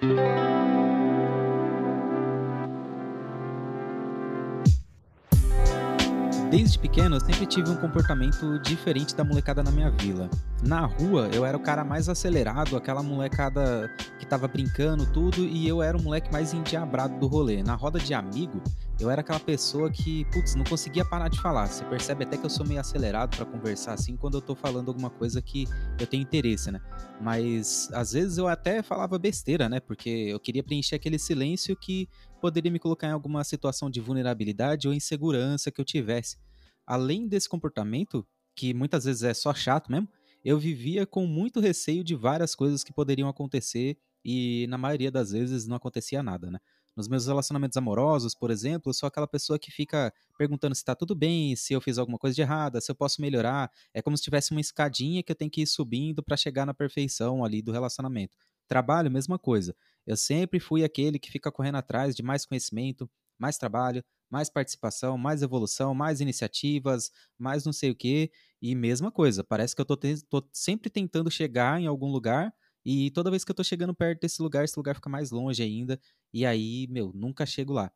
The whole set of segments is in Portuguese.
Desde pequeno, eu sempre tive um comportamento diferente da molecada na minha vila. Na rua, eu era o cara mais acelerado, aquela molecada que tava brincando tudo, e eu era o moleque mais endiabrado do rolê. Na roda de amigo, eu era aquela pessoa que, putz, não conseguia parar de falar. Você percebe até que eu sou meio acelerado pra conversar assim quando eu tô falando alguma coisa que eu tenho interesse, né? Mas às vezes eu até falava besteira, né? Porque eu queria preencher aquele silêncio que poderia me colocar em alguma situação de vulnerabilidade ou insegurança que eu tivesse. Além desse comportamento, que muitas vezes é só chato mesmo, eu vivia com muito receio de várias coisas que poderiam acontecer e na maioria das vezes não acontecia nada, né? Nos meus relacionamentos amorosos, por exemplo, eu sou aquela pessoa que fica perguntando se tá tudo bem, se eu fiz alguma coisa de errada, se eu posso melhorar. É como se tivesse uma escadinha que eu tenho que ir subindo para chegar na perfeição ali do relacionamento. Trabalho, mesma coisa. Eu sempre fui aquele que fica correndo atrás de mais conhecimento, mais trabalho, mais participação, mais evolução, mais iniciativas, mais não sei o quê. E mesma coisa, parece que eu tô sempre tentando chegar em algum lugar e toda vez que eu tô chegando perto desse lugar, esse lugar fica mais longe ainda. E aí, meu, nunca chego lá.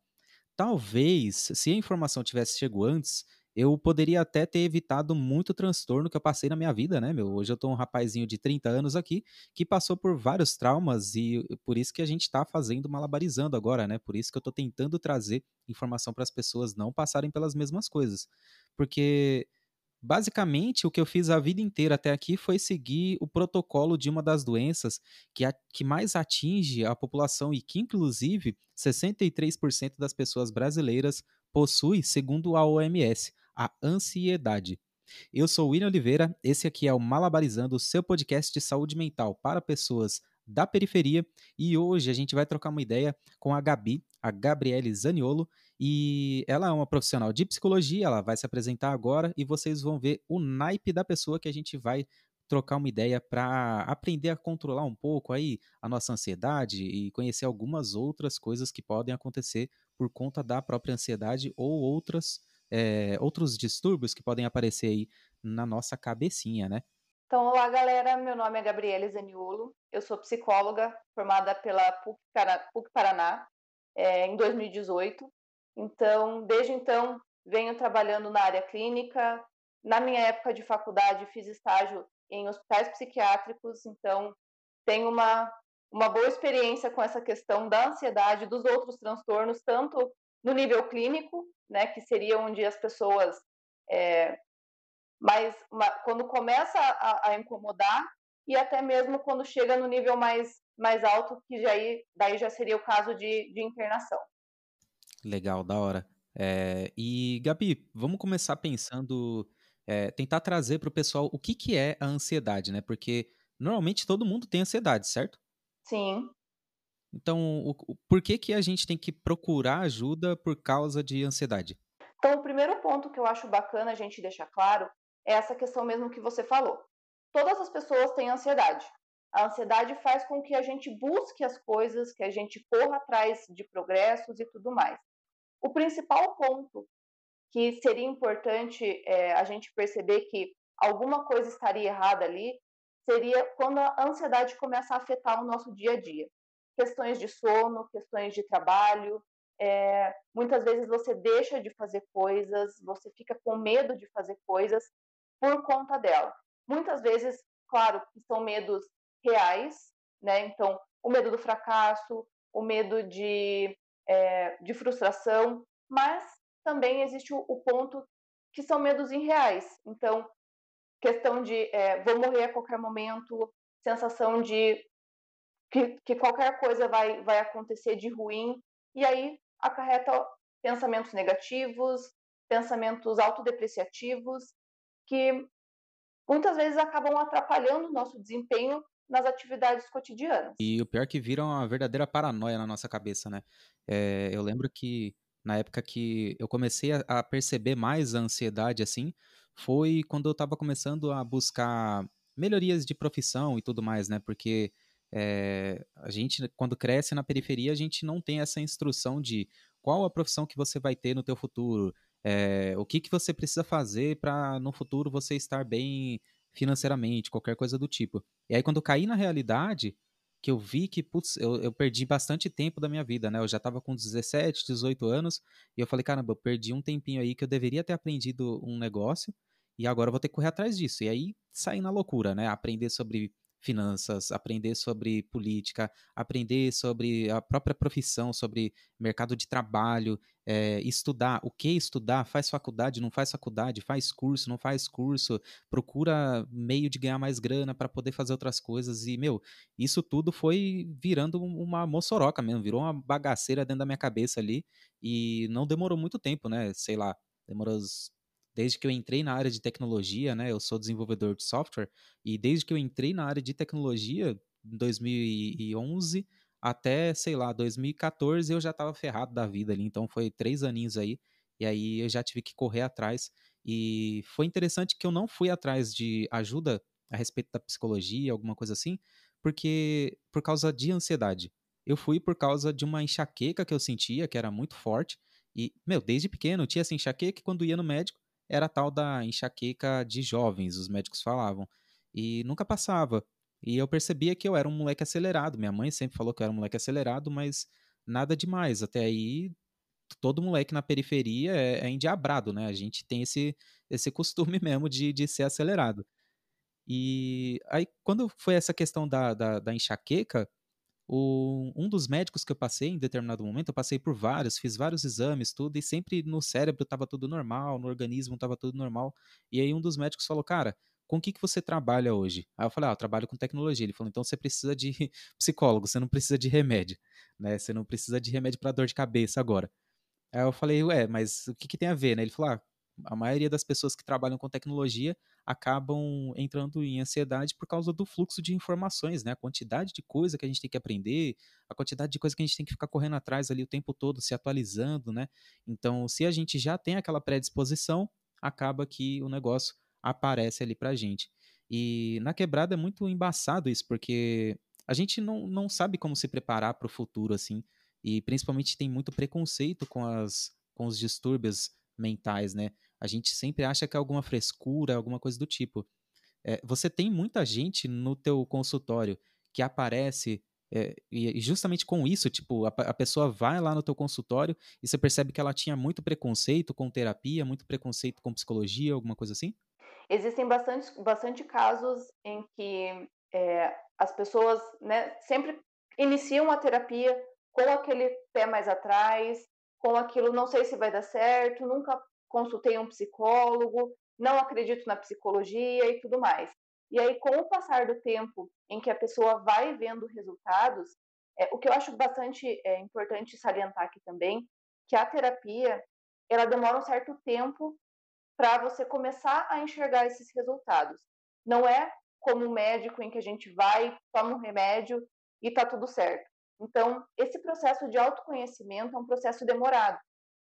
Talvez, se a informação tivesse chego antes, eu poderia até ter evitado muito transtorno que eu passei na minha vida, né, meu? Hoje eu tô um rapazinho de 30 anos aqui, que passou por vários traumas e por isso que a gente tá fazendo malabarizando agora, né? Por isso que eu tô tentando trazer informação para as pessoas não passarem pelas mesmas coisas. Porque basicamente, o que eu fiz a vida inteira até aqui foi seguir o protocolo de uma das doenças que mais atinge a população e que, inclusive, 63% das pessoas brasileiras possui, segundo a OMS, a ansiedade. Eu sou o William Oliveira, esse aqui é o Malabarizando, o seu podcast de saúde mental para pessoas da periferia, e hoje a gente vai trocar uma ideia com a Gabi, a Gabriele Zaniolo, e ela é uma profissional de psicologia, ela vai se apresentar agora e vocês vão ver o naipe da pessoa que a gente vai trocar uma ideia para aprender a controlar um pouco aí a nossa ansiedade e conhecer algumas outras coisas que podem acontecer por conta da própria ansiedade ou outros distúrbios que podem aparecer aí na nossa cabecinha, né? Então, olá, galera. Meu nome é Gabriele Zaniolo. Eu sou psicóloga formada pela PUC Paraná em 2018. Então, desde então, venho trabalhando na área clínica. Na minha época de faculdade, fiz estágio em hospitais psiquiátricos. Então, tenho uma boa experiência com essa questão da ansiedade, dos outros transtornos, tanto no nível clínico, né, que seria onde as pessoas é, quando começa a incomodar e até mesmo quando chega no nível mais alto, que daí já seria o caso de internação. Legal, da hora. E Gabi, vamos começar pensando, tentar trazer para o pessoal o que que é a ansiedade, né? Porque normalmente todo mundo tem ansiedade, certo? Sim. Então, por que que a gente tem que procurar ajuda por causa de ansiedade? Então, o primeiro ponto que eu acho bacana a gente deixar claro é essa questão mesmo que você falou. Todas as pessoas têm ansiedade. A ansiedade faz com que a gente busque as coisas, que a gente corra atrás de progressos e tudo mais. O principal ponto que seria importante a gente perceber que alguma coisa estaria errada ali, seria quando a ansiedade começa a afetar o nosso dia a dia. Questões de sono, questões de trabalho, muitas vezes você deixa de fazer coisas, você fica com medo de fazer coisas por conta dela. Muitas vezes, claro, que são medos reais, né? Então, o medo do fracasso, o medo de frustração, mas também existe o ponto que são medos irreais. Então, questão de vou morrer a qualquer momento, sensação de que qualquer coisa vai acontecer de ruim, e aí acarreta pensamentos negativos, pensamentos autodepreciativos, que muitas vezes acabam atrapalhando o nosso desempenho nas atividades cotidianas. E o pior é que vira uma verdadeira paranoia na nossa cabeça, né? Eu lembro que na época que eu comecei a perceber mais a ansiedade, assim, foi quando eu estava começando a buscar melhorias de profissão e tudo mais, né? Porque a gente, quando cresce na periferia, a gente não tem essa instrução de qual a profissão que você vai ter no teu futuro, o que que você precisa fazer para no futuro você estar bem financeiramente, qualquer coisa do tipo. E aí, quando eu caí na realidade, que eu vi que, putz, eu perdi bastante tempo da minha vida, né? Eu já estava com 17, 18 anos, e eu falei, caramba, eu perdi um tempinho aí que eu deveria ter aprendido um negócio, e agora eu vou ter que correr atrás disso. E aí saí na loucura, né? Aprender sobre finanças, aprender sobre política, aprender sobre a própria profissão, sobre mercado de trabalho, estudar, o que estudar, faz faculdade, não faz faculdade, faz curso, não faz curso, procura meio de ganhar mais grana para poder fazer outras coisas. E, meu, isso tudo foi virando uma moçoroca mesmo, virou uma bagaceira dentro da minha cabeça ali. E não demorou muito tempo, né? Sei lá, demorou desde que eu entrei na área de tecnologia, né? Eu sou desenvolvedor de software, e desde que eu entrei na área de tecnologia, em 2011 até, sei lá, 2014 eu já estava ferrado da vida ali, então foi 3 aninhos aí, e aí eu já tive que correr atrás, e foi interessante que eu não fui atrás de ajuda a respeito da psicologia, alguma coisa assim, porque por causa de ansiedade. Eu fui por causa de uma enxaqueca que eu sentia, que era muito forte, e, meu, desde pequeno eu tinha essa enxaqueca, e quando ia no médico, era a tal da enxaqueca de jovens, os médicos falavam, e nunca passava. E eu percebia que eu era um moleque acelerado. Minha mãe sempre falou que eu era um moleque acelerado, mas nada demais. Até aí, todo moleque na periferia é endiabrado, né? A gente tem esse costume mesmo de ser acelerado. E aí, quando foi essa questão da enxaqueca, um dos médicos que eu passei em determinado momento, eu passei por vários, fiz vários exames, tudo, e sempre no cérebro estava tudo normal, no organismo estava tudo normal. E aí um dos médicos falou, cara, com o que que você trabalha hoje? Aí eu falei, eu trabalho com tecnologia. Ele falou, então você precisa de psicólogo, você não precisa de remédio, né? Você não precisa de remédio para dor de cabeça agora. Aí eu falei, ué, mas o que que tem a ver, né? Ele falou, a maioria das pessoas que trabalham com tecnologia acabam entrando em ansiedade por causa do fluxo de informações, né? A quantidade de coisa que a gente tem que aprender, a quantidade de coisa que a gente tem que ficar correndo atrás ali o tempo todo, se atualizando, né? Então, se a gente já tem aquela predisposição, acaba que o negócio aparece ali pra gente. E na quebrada é muito embaçado isso, porque a gente não sabe como se preparar para o futuro, assim, e principalmente tem muito preconceito com os distúrbios mentais, né? A gente sempre acha que é alguma frescura, alguma coisa do tipo. Você tem muita gente no teu consultório que aparece e justamente com isso, tipo, a pessoa vai lá no teu consultório e você percebe que ela tinha muito preconceito com terapia, muito preconceito com psicologia, alguma coisa assim? Existem bastante casos em que as pessoas, né, sempre iniciam a terapia com aquele pé mais atrás, com aquilo, não sei se vai dar certo, nunca consultei um psicólogo, não acredito na psicologia e tudo mais. E aí, com o passar do tempo em que a pessoa vai vendo resultados, o que eu acho bastante importante salientar aqui também, que a terapia, ela demora um certo tempo para você começar a enxergar esses resultados. Não é como um médico em que a gente vai, toma um remédio e está tudo certo. Então, esse processo de autoconhecimento é um processo demorado.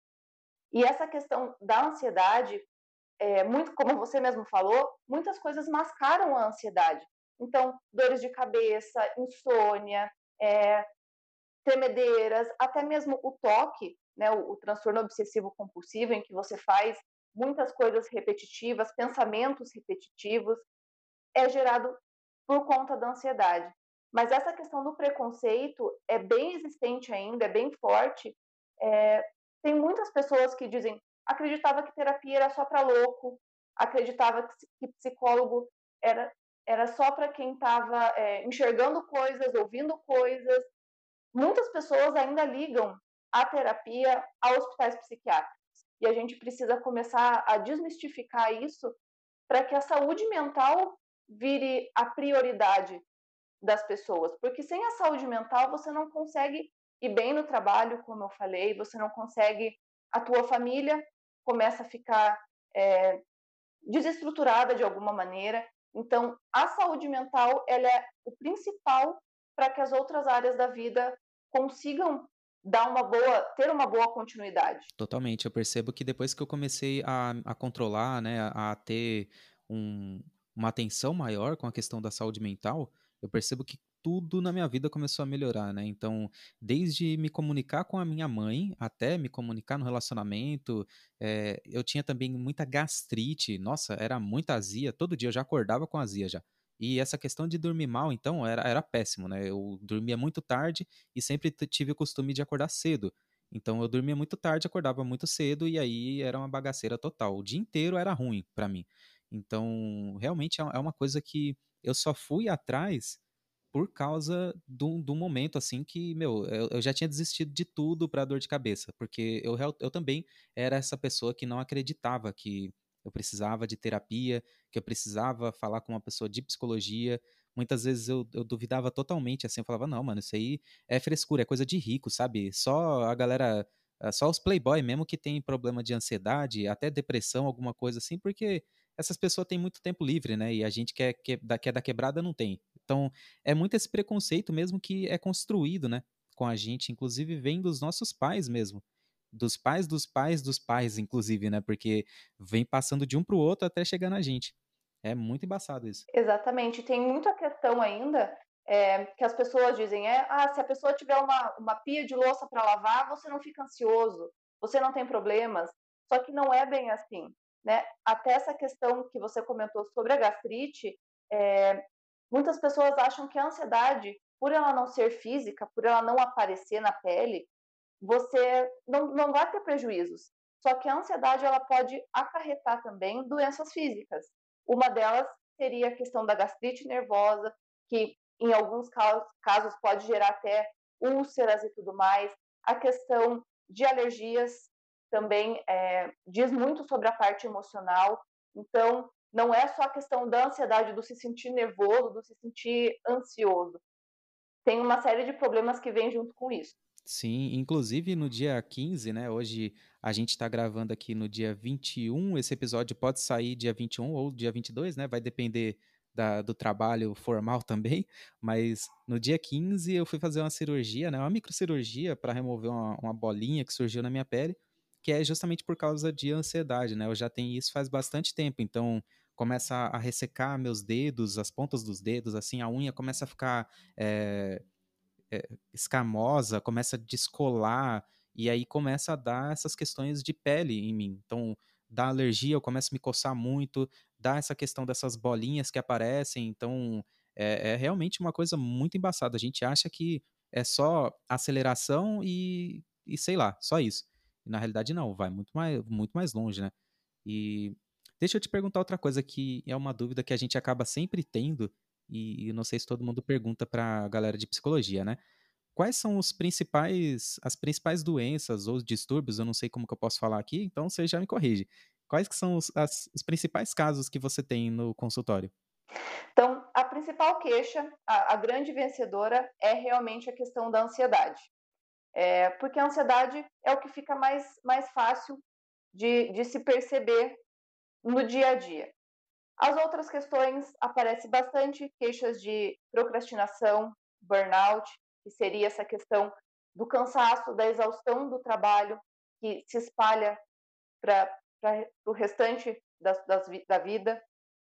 E essa questão da ansiedade, muito como você mesmo falou, muitas coisas mascaram a ansiedade. Então, dores de cabeça, insônia, é, tremedeiras, até mesmo o toque, né, o transtorno obsessivo compulsivo, em que você faz muitas coisas repetitivas, pensamentos repetitivos, é gerado por conta da ansiedade. Mas essa questão do preconceito é bem existente ainda, é bem forte. É, tem muitas pessoas que dizem, acreditava que terapia era só para louco, acreditava que psicólogo era, era só para quem estava enxergando coisas, ouvindo coisas. Muitas pessoas ainda ligam a terapia a hospitais psiquiátricos. E a gente precisa começar a desmistificar isso para que a saúde mental vire a prioridade das pessoas. Porque sem a saúde mental você não consegue ir bem no trabalho, como eu falei, você não consegue, a tua família começa a ficar desestruturada de alguma maneira. Então, a saúde mental ela é o principal para que as outras áreas da vida consigam ter uma boa continuidade. Totalmente. Eu percebo que depois que eu comecei a controlar, né, a ter um- uma atenção maior com a questão da saúde mental, eu percebo que tudo na minha vida começou a melhorar, né? Então, desde me comunicar com a minha mãe até me comunicar no relacionamento, eu tinha também muita gastrite. Nossa, era muita azia. Todo dia eu já acordava com azia já. E essa questão de dormir mal, então, era péssimo, né, eu dormia muito tarde e sempre tive o costume de acordar cedo. Então eu dormia muito tarde, acordava muito cedo e aí era uma bagaceira total. O dia inteiro era ruim pra mim. Então, realmente é uma coisa que eu só fui atrás por causa do momento, assim, que, meu, eu já tinha desistido de tudo pra dor de cabeça, porque eu também era essa pessoa que não acreditava que eu precisava de terapia, que eu precisava falar com uma pessoa de psicologia. Muitas vezes eu duvidava totalmente, assim, eu falava: "Não, mano, isso aí é frescura, é coisa de rico, sabe? Só a galera só os playboy mesmo que tem problema de ansiedade, até depressão, alguma coisa assim, porque essas pessoas têm muito tempo livre, né, e a gente que é da quebrada não tem". Então, é muito esse preconceito mesmo que é construído, né, com a gente, inclusive vem dos nossos pais mesmo, dos pais dos pais dos pais, inclusive, né, porque vem passando de um para o outro até chegar na gente. É muito embaçado isso. Exatamente. Tem muita questão ainda, que as pessoas dizem, "Ah, se a pessoa tiver uma pia de louça para lavar, você não fica ansioso, você não tem problemas". Só que não é bem assim, né. Até essa questão que você comentou sobre a gastrite, muitas pessoas acham que a ansiedade, por ela não ser física, por ela não aparecer na pele, você não vai ter prejuízos. Só que a ansiedade ela pode acarretar também doenças físicas. Uma delas seria a questão da gastrite nervosa, que em alguns casos pode gerar até úlceras e tudo mais. A questão de alergias também diz muito sobre a parte emocional. Então, não é só a questão da ansiedade, do se sentir nervoso, do se sentir ansioso. Tem uma série de problemas que vêm junto com isso. Sim, inclusive no dia 15, né, hoje a gente tá gravando aqui no dia 21. Esse episódio pode sair dia 21 ou dia 22, né, vai depender do trabalho formal também, mas no dia 15 eu fui fazer uma cirurgia, né, uma microcirurgia para remover uma bolinha que surgiu na minha pele, que é justamente por causa de ansiedade, né, eu já tenho isso faz bastante tempo, então começa a ressecar meus dedos, as pontas dos dedos, assim, a unha começa a ficar, escamosa, começa a descolar, e aí começa a dar essas questões de pele em mim. Então, dá alergia, eu começo a me coçar muito, dá essa questão dessas bolinhas que aparecem, então é realmente uma coisa muito embaçada. A gente acha que é só aceleração e sei lá, só isso. E na realidade não, vai muito mais longe, né? E deixa eu te perguntar outra coisa que é uma dúvida que a gente acaba sempre tendo, e eu não sei se todo mundo pergunta pra galera de psicologia, né? Quais são as principais doenças ou distúrbios, eu não sei como que eu posso falar aqui, então você já me corrige. Quais que são os principais casos que você tem no consultório? Então, a principal queixa, a grande vencedora, é realmente a questão da ansiedade. Porque a ansiedade é o que fica mais fácil de se perceber no dia a dia. As outras questões aparecem bastante queixas de procrastinação, burnout, que seria essa questão do cansaço, da exaustão do trabalho, que se espalha para o restante da vida,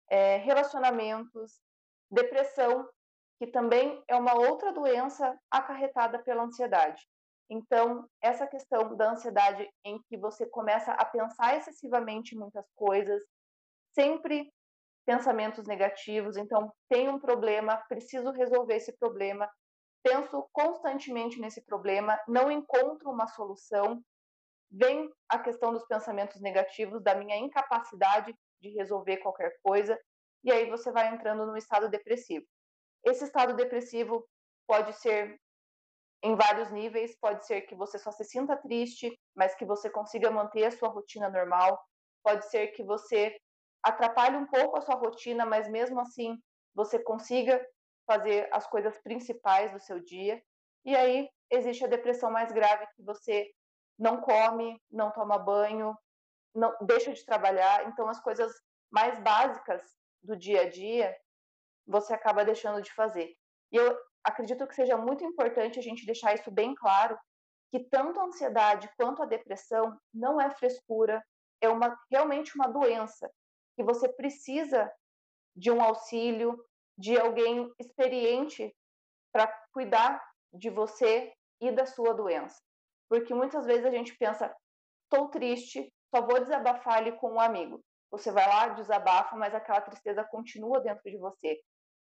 relacionamentos, depressão, que também é uma outra doença acarretada pela ansiedade. Então, essa questão da ansiedade em que você começa a pensar excessivamente em muitas coisas, sempre pensamentos negativos, então tem um problema, preciso resolver esse problema, penso constantemente nesse problema, não encontro uma solução, vem a questão dos pensamentos negativos, da minha incapacidade de resolver qualquer coisa, e aí você vai entrando no estado depressivo. Esse estado depressivo pode ser em vários níveis, pode ser que você só se sinta triste, mas que você consiga manter a sua rotina normal, pode ser que você atrapalhe um pouco a sua rotina, mas mesmo assim você consiga fazer as coisas principais do seu dia. E aí existe a depressão mais grave, que você não come, não toma banho, não deixa de trabalhar, então as coisas mais básicas do dia a dia você acaba deixando de fazer. E eu acredito que seja muito importante a gente deixar isso bem claro, que tanto a ansiedade quanto a depressão não é frescura, é realmente uma doença, que você precisa de um auxílio, de alguém experiente para cuidar de você e da sua doença. Porque muitas vezes a gente pensa, estou triste, só vou desabafar ali com um amigo. Você vai lá, desabafa, mas aquela tristeza continua dentro de você.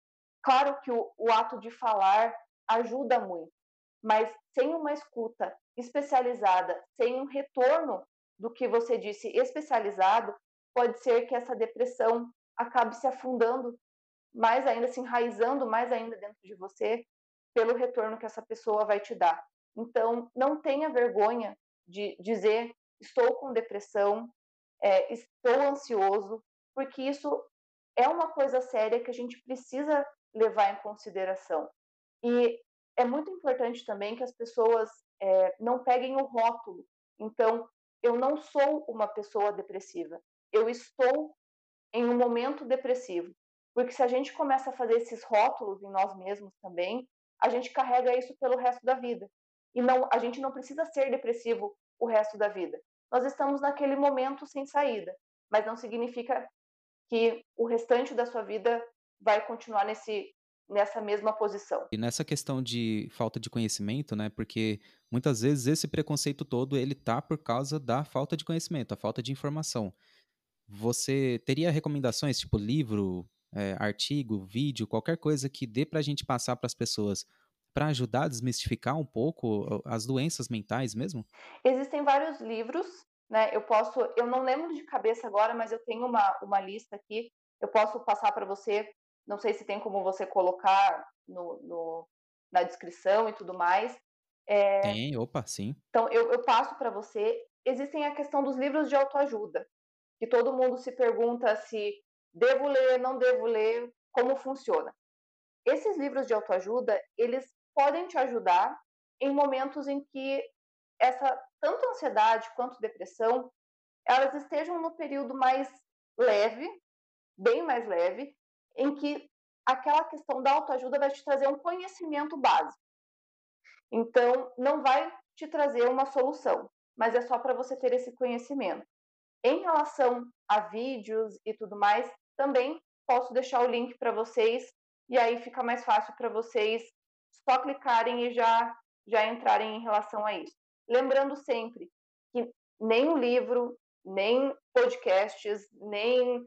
Claro que o ato de falar ajuda muito, mas sem uma escuta especializada, sem um retorno do que você disse especializado, pode ser que essa depressão acabe se afundando mais ainda, se enraizando mais ainda dentro de você, pelo retorno que essa pessoa vai te dar. Então, não tenha vergonha de dizer: estou com depressão, estou ansioso, porque isso é uma coisa séria que a gente precisa levar em consideração. E é muito importante também que as pessoas não peguem o rótulo. Então, eu não sou uma pessoa depressiva, eu estou em um momento depressivo. Porque se a gente começa a fazer esses rótulos em nós mesmos também, a gente carrega isso pelo resto da vida. E não, a gente não precisa ser depressivo o resto da vida. Nós estamos naquele momento sem saída, mas não significa que o restante da sua vida vai continuar nessa mesma posição. E nessa questão de falta de conhecimento, né, porque muitas vezes esse preconceito todo ele tá por causa da falta de conhecimento, a falta de informação. Você teria recomendações, tipo livro, artigo, vídeo, qualquer coisa que dê pra gente passar para as pessoas, para ajudar a desmistificar um pouco as doenças mentais mesmo? Existem vários livros, né? Eu não lembro de cabeça agora, mas eu tenho uma lista aqui. Eu posso passar para você. Não sei se tem como você colocar na descrição e tudo mais. Tem, opa, sim. Então, eu passo para você. Existem a questão dos livros de autoajuda, que todo mundo se pergunta se devo ler, não devo ler, como funciona. Esses livros de autoajuda, eles podem te ajudar em momentos em que essa tanto ansiedade quanto depressão, elas estejam no período mais leve, bem mais leve, em que aquela questão da autoajuda vai te trazer um conhecimento básico. Então, não vai te trazer uma solução, mas é só para você ter esse conhecimento. Em relação a vídeos e tudo mais, também posso deixar o link para vocês e aí fica mais fácil para vocês só clicarem e já entrarem em relação a isso. Lembrando sempre que nem o livro, nem podcasts, nem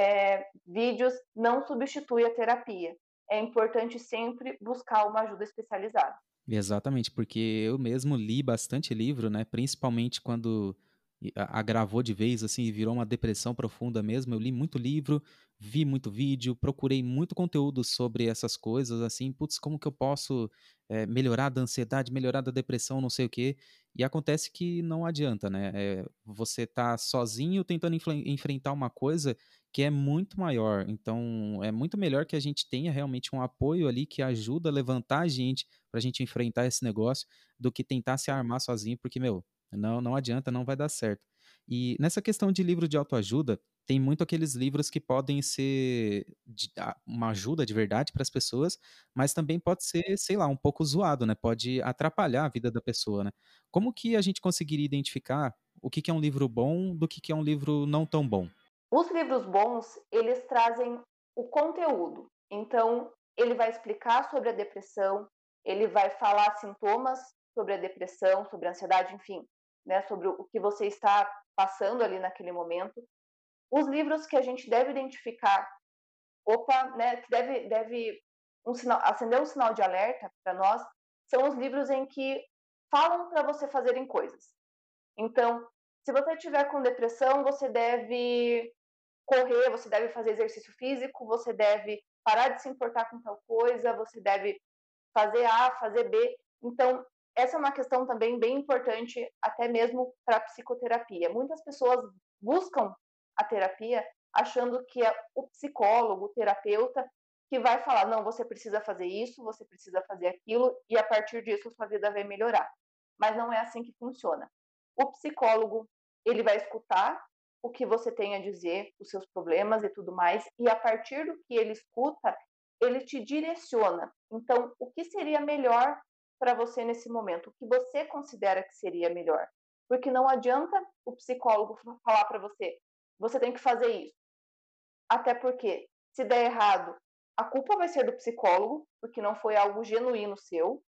vídeos não substitui a terapia. É importante sempre buscar uma ajuda especializada. Exatamente, porque eu mesmo li bastante livro, né, principalmente quando agravou de vez, assim, e virou uma depressão profunda mesmo, eu li muito livro, vi muito vídeo, procurei muito conteúdo sobre essas coisas, assim, putz, como que eu posso, melhorar da ansiedade, melhorar da depressão, não sei o quê, e acontece que não adianta, né, você tá sozinho tentando enfrentar uma coisa que é muito maior, então é muito melhor que a gente tenha realmente um apoio ali que ajuda a levantar a gente pra gente enfrentar esse negócio, do que tentar se armar sozinho, porque, meu, não adianta, não vai dar certo. E nessa questão de livro de autoajuda, tem muito aqueles livros que podem ser uma ajuda de verdade para as pessoas, mas também pode ser, sei lá, um pouco zoado, né, pode atrapalhar a vida da pessoa, né. Como que a gente conseguiria identificar o que que é um livro bom, do que é um livro não tão bom? Os livros bons, eles trazem o conteúdo. Então, ele vai explicar sobre a depressão, ele vai falar sintomas sobre a depressão, sobre a ansiedade, enfim, né, sobre o que você está passando ali naquele momento. Os livros que a gente deve identificar, opa, né, que deve acender um sinal de alerta para nós, são os livros em que falam para você fazerem coisas. Então, se você tiver com depressão, você deve correr, você deve fazer exercício físico, você deve parar de se importar com tal coisa, você deve fazer A, fazer B. Então, essa é uma questão também bem importante, até mesmo para a psicoterapia. Muitas pessoas buscam a terapia achando que é o psicólogo, o terapeuta, que vai falar: não, você precisa fazer isso, você precisa fazer aquilo, e a partir disso sua vida vai melhorar. Mas não é assim que funciona. O psicólogo, ele vai escutar o que você tem a dizer, os seus problemas e tudo mais, e a partir do que ele escuta, ele te direciona. Então, o que seria melhor para você nesse momento? O que você considera que seria melhor? Porque não adianta o psicólogo falar para você, você tem que fazer isso. Até porque, se der errado, a culpa vai ser do psicólogo, porque não foi algo genuíno seu.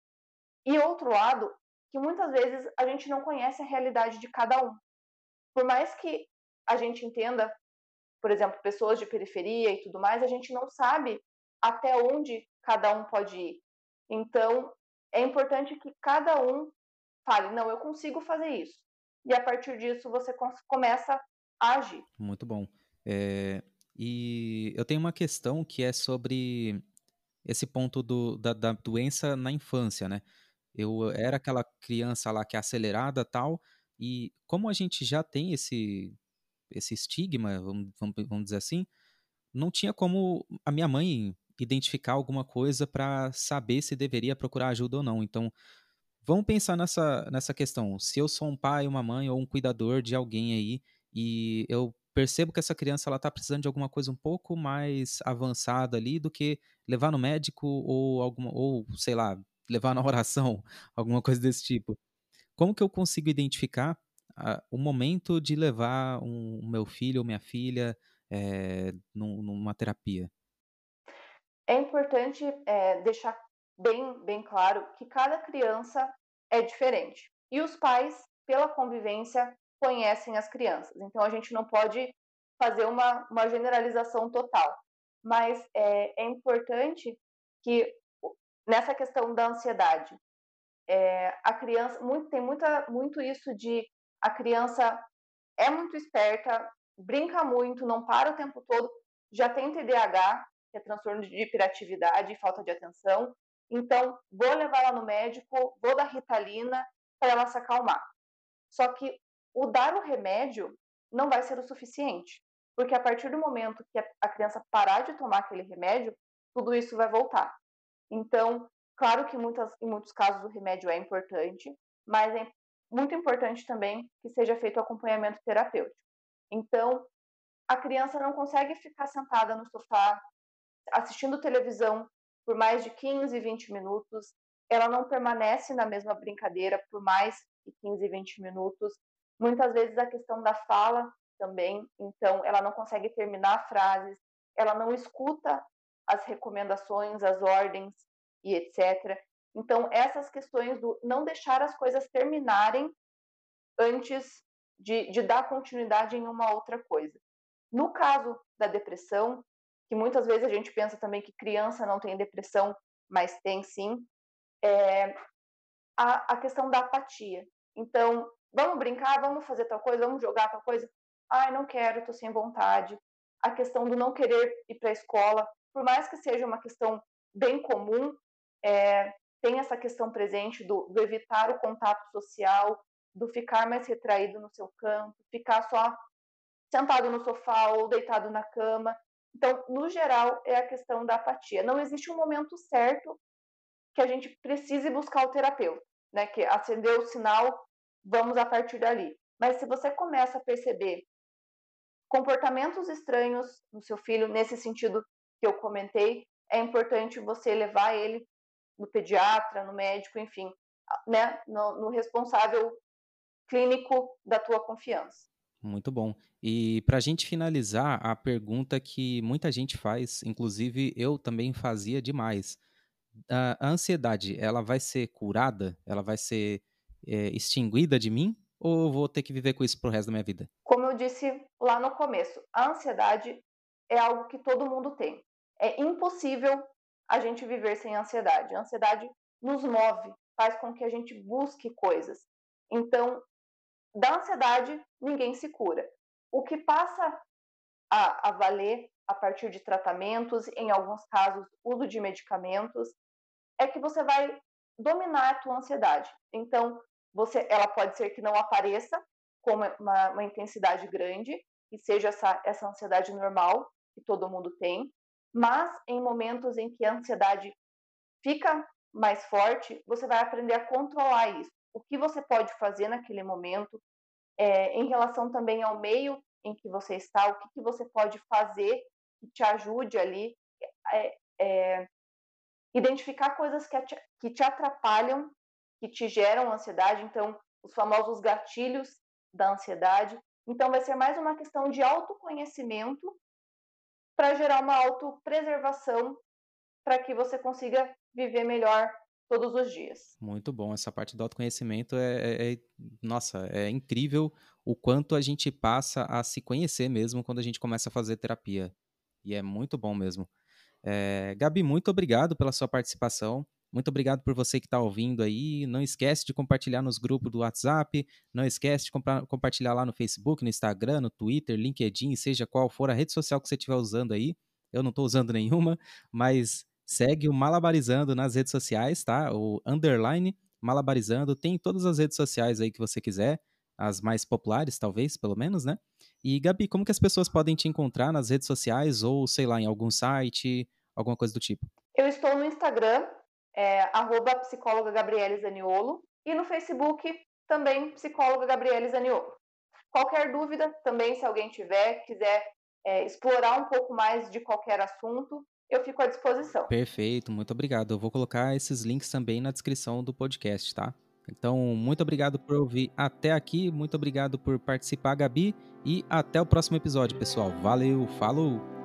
E outro lado, que muitas vezes a gente não conhece a realidade de cada um. Por mais que a gente entenda, por exemplo, pessoas de periferia e tudo mais, a gente não sabe até onde cada um pode ir. Então, é importante que cada um fale: "Não, eu consigo fazer isso". E a partir disso você começa a agir. Muito bom. Eh, e eu tenho uma questão que é sobre esse ponto da doença na infância, né. Eu era aquela criança lá que é acelerada, tal, e como a gente já tem esse estigma, vamos dizer assim, não tinha como a minha mãe identificar alguma coisa para saber se deveria procurar ajuda ou não. Então, vamos pensar nessa questão. Se eu sou um pai, uma mãe ou um cuidador de alguém aí, e eu percebo que essa criança ela tá precisando de alguma coisa um pouco mais avançada ali do que levar no médico ou sei lá, levar na oração, alguma coisa desse tipo. Como que eu consigo identificar, o momento de levar o meu filho ou minha filha, numa terapia? É importante, deixar bem claro que cada criança é diferente. E os pais, pela convivência, conhecem as crianças. Então a gente não pode fazer uma generalização total. Mas é importante que nessa questão da ansiedade, a criança muito isso de a criança é muito esperta, brinca muito, não para o tempo todo, já tem TDAH, que é transtorno de hiperatividade e falta de atenção. Então, vou levar ela no médico, vou dar Ritalina para ela se acalmar. Só que o dar o remédio não vai ser o suficiente, porque a partir do momento que a criança parar de tomar aquele remédio, tudo isso vai voltar. Então, claro que em muitos casos o remédio é importante, mas é muito importante também que seja feito o acompanhamento terapêutico. Então, a criança não consegue ficar sentada no sofá assistindo televisão por mais de 15, 20 minutos, ela não permanece na mesma brincadeira por mais de 15, 20 minutos. Muitas vezes a questão da fala também, então ela não consegue terminar frases, ela não escuta as recomendações, as ordens e etc. Então, essas questões do não deixar as coisas terminarem antes de dar continuidade em uma outra coisa. No caso da depressão, que muitas vezes a gente pensa também que criança não tem depressão, mas tem sim, a questão da apatia. Então, vamos brincar, vamos fazer tal coisa, vamos jogar tal coisa. Ai, não quero, estou sem vontade. A questão do não querer ir para a escola, por mais que seja uma questão bem comum, tem essa questão presente do evitar o contato social, do ficar mais retraído no seu canto, ficar só sentado no sofá ou deitado na cama. Então, no geral, é a questão da apatia. Não existe um momento certo que a gente precise buscar o terapeuta, né? Que acendeu o sinal, vamos a partir dali. Mas se você começa a perceber comportamentos estranhos no seu filho, nesse sentido que eu comentei, é importante você levar ele no pediatra, no médico, enfim, né? No responsável clínico da tua confiança. Muito bom. E para a gente finalizar, a pergunta que muita gente faz, inclusive eu também fazia demais. A ansiedade, ela vai ser curada? Ela vai ser, extinguida de mim? Ou eu vou ter que viver com isso pro resto da minha vida? Como eu disse lá no começo, a ansiedade é algo que todo mundo tem. É impossível a gente viver sem ansiedade. A ansiedade nos move, faz com que a gente busque coisas. Então, da ansiedade, ninguém se cura. O que passa a valer a partir de tratamentos, em alguns casos, uso de medicamentos, é que você vai dominar a tua ansiedade. Então, ela pode ser que não apareça com uma intensidade grande e seja essa ansiedade normal que todo mundo tem, mas em momentos em que a ansiedade fica mais forte, você vai aprender a controlar isso. O que você pode fazer naquele momento, em relação também ao meio em que você está, o que você pode fazer que te ajude ali, é, é, identificar coisas que te atrapalham, que te geram ansiedade, então, os famosos gatilhos da ansiedade. Então, vai ser mais uma questão de autoconhecimento para gerar uma autopreservação para que você consiga viver melhor todos os dias. Muito bom, essa parte do autoconhecimento nossa, é incrível o quanto a gente passa a se conhecer mesmo quando a gente começa a fazer terapia, e é muito bom mesmo. Gabi, muito obrigado pela sua participação. Muito obrigado por você que está ouvindo aí. Não esquece de compartilhar nos grupos do WhatsApp. Não esquece de compartilhar lá no Facebook, no Instagram, no Twitter, LinkedIn, seja qual for a rede social que você estiver usando aí. Eu não estou usando nenhuma, mas segue o Malabarizando nas redes sociais, tá? O underline Malabarizando. Tem em todas as redes sociais aí que você quiser. As mais populares, talvez, pelo menos, né? E, Gabi, como que as pessoas podem te encontrar nas redes sociais ou, sei lá, em algum site, alguma coisa do tipo? Eu estou no Instagram, psicóloga Gabriele Zaniolo, e no Facebook também psicóloga Gabriele Zaniolo. Qualquer dúvida também, se alguém tiver, quiser explorar um pouco mais de qualquer assunto, eu fico à disposição. Perfeito, muito obrigado. Eu vou colocar esses links também na descrição do podcast, tá? Então, muito obrigado por ouvir até aqui, muito obrigado por participar, Gabi, e até o próximo episódio, pessoal. Valeu, falou!